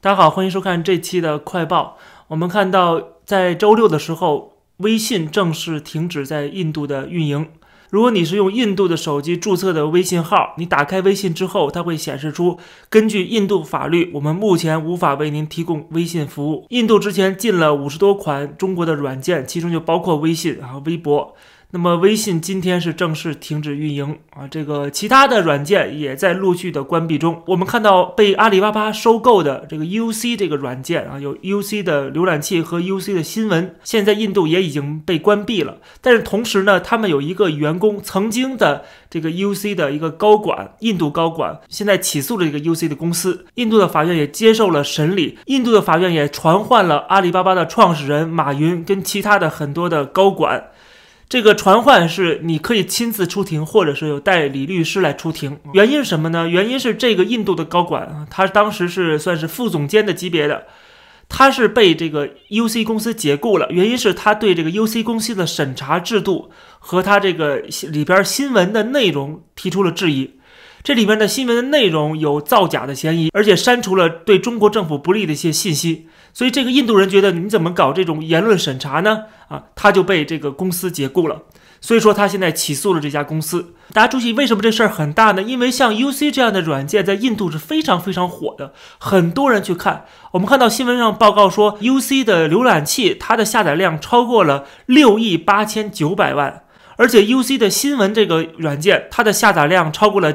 大家好，欢迎收看这期的快报。我们看到，在周六的时候，微信正式停止在印度的运营。如果你是用印度的手机注册的微信号，你打开微信之后，它会显示出根据印度法律，我们目前无法为您提供微信服务。印度之前禁了50多款中国的软件，其中就包括微信微博。那么微信今天是正式停止运营这个其他的软件也在陆续的关闭中。我们看到被阿里巴巴收购的这个 UC 这个软件有 UC 的浏览器和 UC 的新闻，现在印度也已经被关闭了。但是同时呢，他们有一个员工曾经的这个 UC 的一个高管，印度高管，现在起诉了这个 UC 的公司，印度的法院也接受了审理，印度的法院也传唤了阿里巴巴的创始人马云跟其他的很多的高管。这个传唤是你可以亲自出庭，或者是有代理律师来出庭。原因是什么呢？原因是这个印度的高管他当时是算是副总监的级别的，他是被这个 UC 公司解雇了。原因是他对这个 UC 公司的审查制度和他这个里边新闻的内容提出了质疑。这里面的新闻的内容有造假的嫌疑，而且删除了对中国政府不利的一些信息。所以这个印度人觉得你怎么搞这种言论审查呢？他就被这个公司解雇了。所以说他现在起诉了这家公司。大家注意，为什么这事儿很大呢？因为像 UC 这样的软件在印度是非常非常火的，很多人去看。我们看到新闻上报告说 UC 的浏览器它的下载量超过了6.89亿万。而且 UC 的新闻这个软件，它的下载量超过了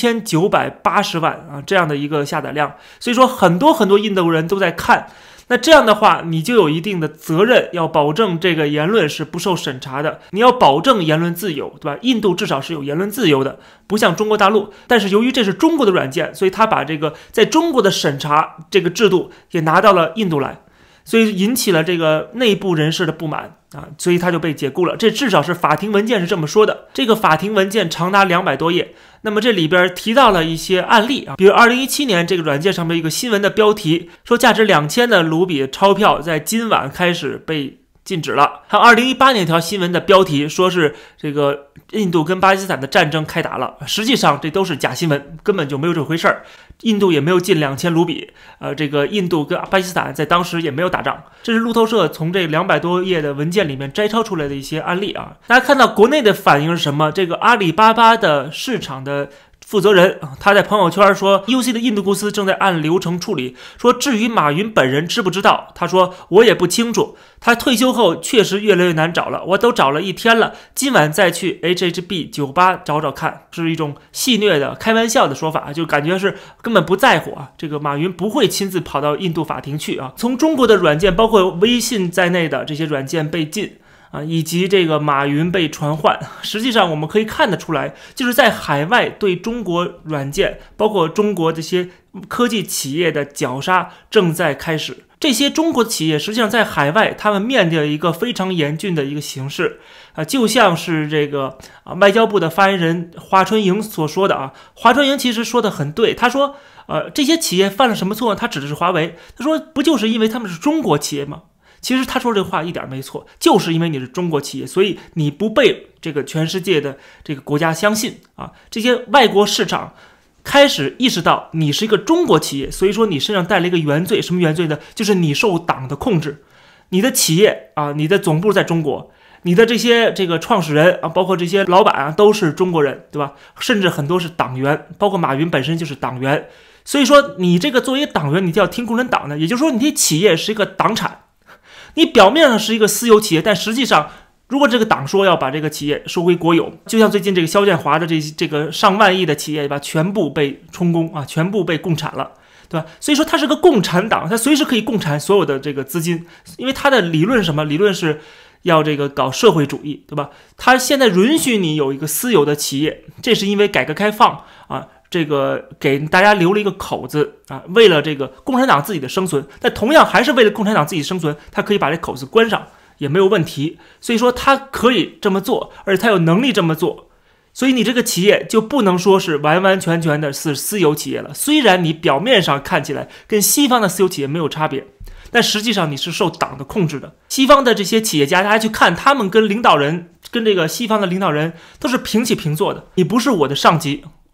7980万这样的一个下载量。所以说很多印度人都在看。那这样的话，你就有一定的责任，要保证这个言论是不受审查的，你要保证言论自由，对吧？印度至少是有言论自由的，不像中国大陆。但是由于这是中国的软件，所以他把这个在中国的审查这个制度也拿到了印度来，所以引起了这个内部人士的不满所以他就被解雇了。这至少是法庭文件是这么说的。这个法庭文件长达200多页，那么这里边提到了一些案例比如2017年这个软件上面一个新闻的标题说价值2000的卢比钞票在今晚开始被禁止了。还有2018年一条新闻的标题说是这个印度跟巴基斯坦的战争开打了，实际上这都是假新闻，根本就没有这回事儿。印度也没有禁2000卢比，这个印度跟巴基斯坦在当时也没有打仗。这是路透社从这200多页的文件里面摘抄出来的一些案例大家看到国内的反应是什么？这个阿里巴巴的市场的负责人他在朋友圈说 UC 的印度公司正在按流程处理，说至于马云本人知不知道，他说我也不清楚，他退休后确实越来越难找了，我都找了1天了，今晚再去 HHB 酒吧找找看。是一种戏谑的开玩笑的说法，就感觉是根本不在乎这个马云不会亲自跑到印度法庭去从中国的软件包括微信在内的这些软件被禁以及这个马云被传唤，实际上我们可以看得出来，就是在海外对中国软件包括中国这些科技企业的绞杀正在开始。这些中国企业实际上在海外他们面对一个非常严峻的一个形势就像是这个外交部的发言人华春莹所说的华春莹其实说的很对，他说这些企业犯了什么错呢？他指的是华为，他说不就是因为他们是中国企业吗？其实他说这话一点没错，就是因为你是中国企业，所以你不被这个全世界的这个国家相信这些外国市场开始意识到你是一个中国企业，所以说你身上带了一个原罪。什么原罪呢？就是你受党的控制，你的企业你的总部在中国，你的这些这个创始人包括这些老板都是中国人，对吧？甚至很多是党员，包括马云本身就是党员。所以说你这个作为党员，你就要听共产党的，也就是说你的企业是一个党产。你表面上是一个私有企业，但实际上如果这个党说要把这个企业收归国有，就像最近这个肖建华的这个上万亿的企业吧，全部被充公全部被共产了，对吧？所以说它是个共产党，它随时可以共产所有的这个资金，因为它的理论是什么？理论是要这个搞社会主义，对吧？它现在允许你有一个私有的企业，这是因为改革开放这个给大家留了一个口子为了这个共产党自己的生存，但同样还是为了共产党自己生存，他可以把这口子关上也没有问题。所以说他可以这么做，而且他有能力这么做，所以你这个企业就不能说是完完全全的是私有企业了。虽然你表面上看起来跟西方的私有企业没有差别，但实际上你是受党的控制的。西方的这些企业家，大家去看他们跟领导人跟这个西方的领导人都是平起平坐的，你不是我的上级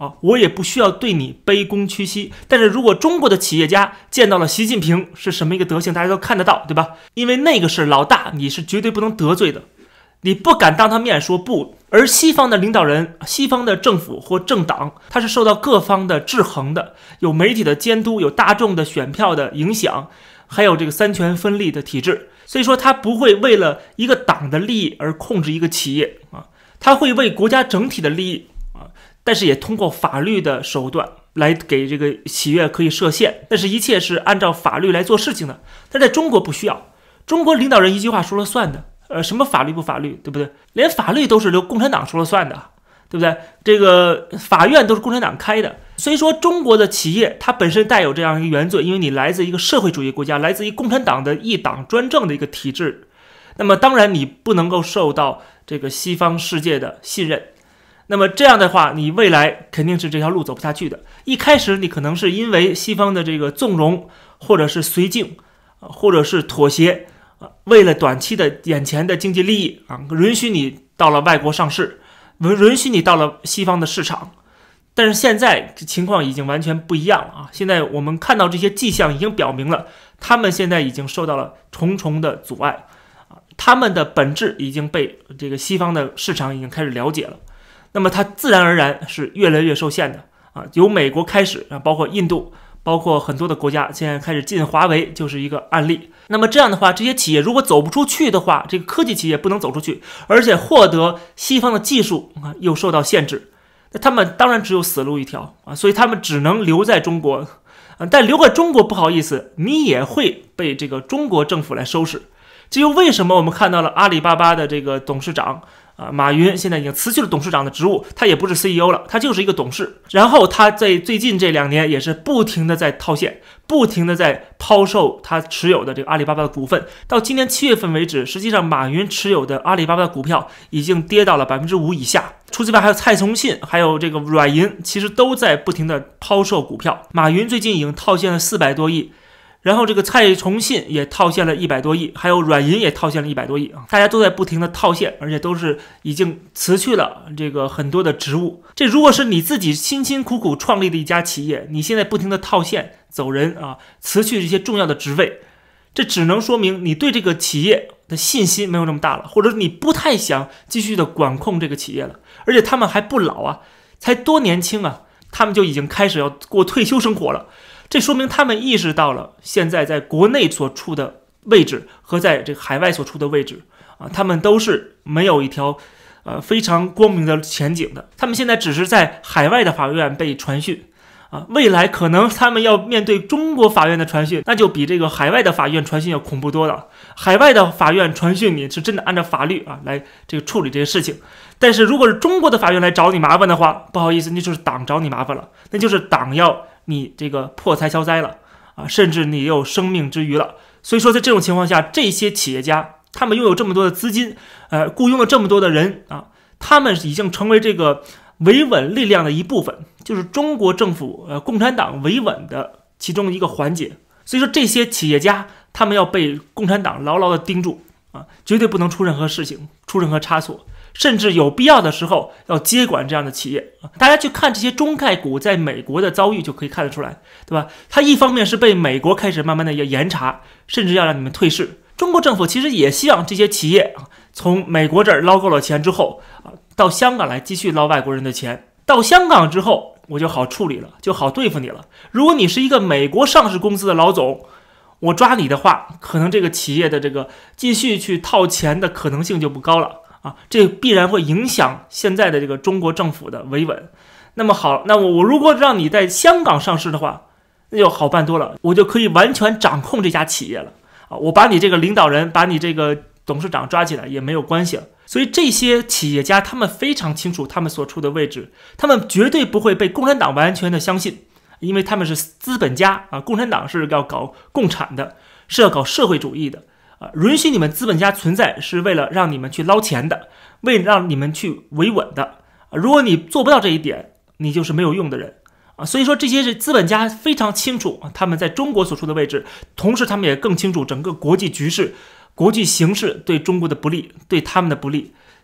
啊，我也不需要对你卑躬屈膝。但是如果中国的企业家见到了习近平是什么一个德行，大家都看得到，对吧？因为那个是老大，你是绝对不能得罪的，你不敢当他面说不。而西方的领导人、西方的政府或政党，它是受到各方的制衡的，有媒体的监督，有大众的选票的影响，还有这个三权分立的体制。所以说他不会为了一个党的利益而控制一个企业啊，他会为国家整体的利益啊，但是也通过法律的手段来给这个企业可以设限，但是一切是按照法律来做事情的。但在中国不需要，中国领导人一句话说了算的，什么法律不法律，对不对？连法律都是由共产党说了算的，对不对？这个法院都是共产党开的。所以说中国的企业它本身带有这样一个原罪，因为你来自一个社会主义国家，来自于共产党的一党专政的一个体制，那么当然你不能够受到这个西方世界的信任。那么这样的话，你未来肯定是这条路走不下去的。一开始你可能是因为西方的这个纵容，或者是绥靖，或者是妥协，为了短期的眼前的经济利益啊，允许你到了外国上市，允许你到了西方的市场。但是现在情况已经完全不一样了啊！现在我们看到这些迹象已经表明了，他们现在已经受到了重重的阻碍啊，他们的本质已经被这个西方的市场已经开始了解了。那么它自然而然是越来越受限的啊，由美国开始啊，包括印度，包括很多的国家现在开始禁华为，就是一个案例。那么这样的话，这些企业如果走不出去的话，这个科技企业不能走出去，而且获得西方的技术啊又受到限制，那他们当然只有死路一条啊，所以他们只能留在中国啊。但留在中国不好意思，你也会被这个中国政府来收拾。这就为什么我们看到了阿里巴巴的这个董事长马云现在已经辞去了董事长的职务，他也不是 CEO 了，他就是一个董事。然后他在最近这2年也是不停的在套现，不停的在抛售他持有的这个阿里巴巴的股份。到今年7月份为止，实际上马云持有的阿里巴巴的股票已经跌到了5%以下。除此之外，还有蔡崇信，还有这个软银，其实都在不停的抛售股票。马云最近已经套现了400多亿。然后这个蔡崇信也套现了100多亿，还有软银也套现了100多亿啊！大家都在不停的套现，而且都是已经辞去了这个很多的职务。这如果是你自己辛辛苦苦创立的一家企业，你现在不停的套现走人啊，辞去这些重要的职位，这只能说明你对这个企业的信心没有那么大了，或者你不太想继续的管控这个企业了。而且他们还不老啊，才多年轻啊，他们就已经开始要过退休生活了。这说明他们意识到了现在在国内所处的位置和在这个海外所处的位置啊，他们都是没有一条非常光明的前景的。他们现在只是在海外的法院被传讯啊，未来可能他们要面对中国法院的传讯，那就比这个海外的法院传讯要恐怖多了。海外的法院传讯你是真的按照法律啊来这个处理这些事情，但是如果是中国的法院来找你麻烦的话，不好意思，那就是党找你麻烦了，那就是党要你这个破财消灾了啊，甚至你有生命之余了。所以说在这种情况下，这些企业家他们拥有这么多的资金，雇佣了这么多的人啊，他们已经成为这个维稳力量的一部分，就是中国政府共产党维稳的其中一个环节。所以说这些企业家他们要被共产党牢牢的盯住啊，绝对不能出任何事情，出任何差错，甚至有必要的时候要接管这样的企业。大家去看这些中概股在美国的遭遇就可以看得出来，对吧？它一方面是被美国开始慢慢的要严查，甚至要让你们退市。中国政府其实也希望这些企业从美国这儿捞够了钱之后到香港来继续捞外国人的钱。到香港之后我就好处理了，就好对付你了。如果你是一个美国上市公司的老总，我抓你的话，可能这个企业的这个继续去套钱的可能性就不高了啊，这必然会影响现在的这个中国政府的维稳。那么好，那我如果让你在香港上市的话，那就好办多了，我就可以完全掌控这家企业了啊！我把你这个领导人，把你这个董事长抓起来也没有关系了。所以这些企业家他们非常清楚他们所处的位置，他们绝对不会被共产党完全的相信，因为他们是资本家啊，共产党是要搞共产的，是要搞社会主义的。允许你们资本家存在是为了让你们去捞钱的，为了让你们去维稳的。如果你做不到这一点，你就是没有用的人啊。所以说这些是资本家非常清楚他们在中国所处的位置，同时他们也更清楚整个国际局势、国际形势对中国的不利，对他们的不利。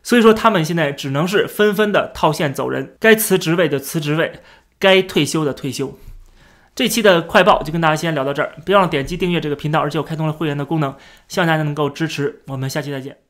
所以说他们现在只能是纷纷的套现走人，该辞职位的辞职位，该退休的退休。这期的快报就跟大家先聊到这儿，别忘了点击订阅这个频道，而且我开通了会员的功能，希望大家能够支持。我们下期再见。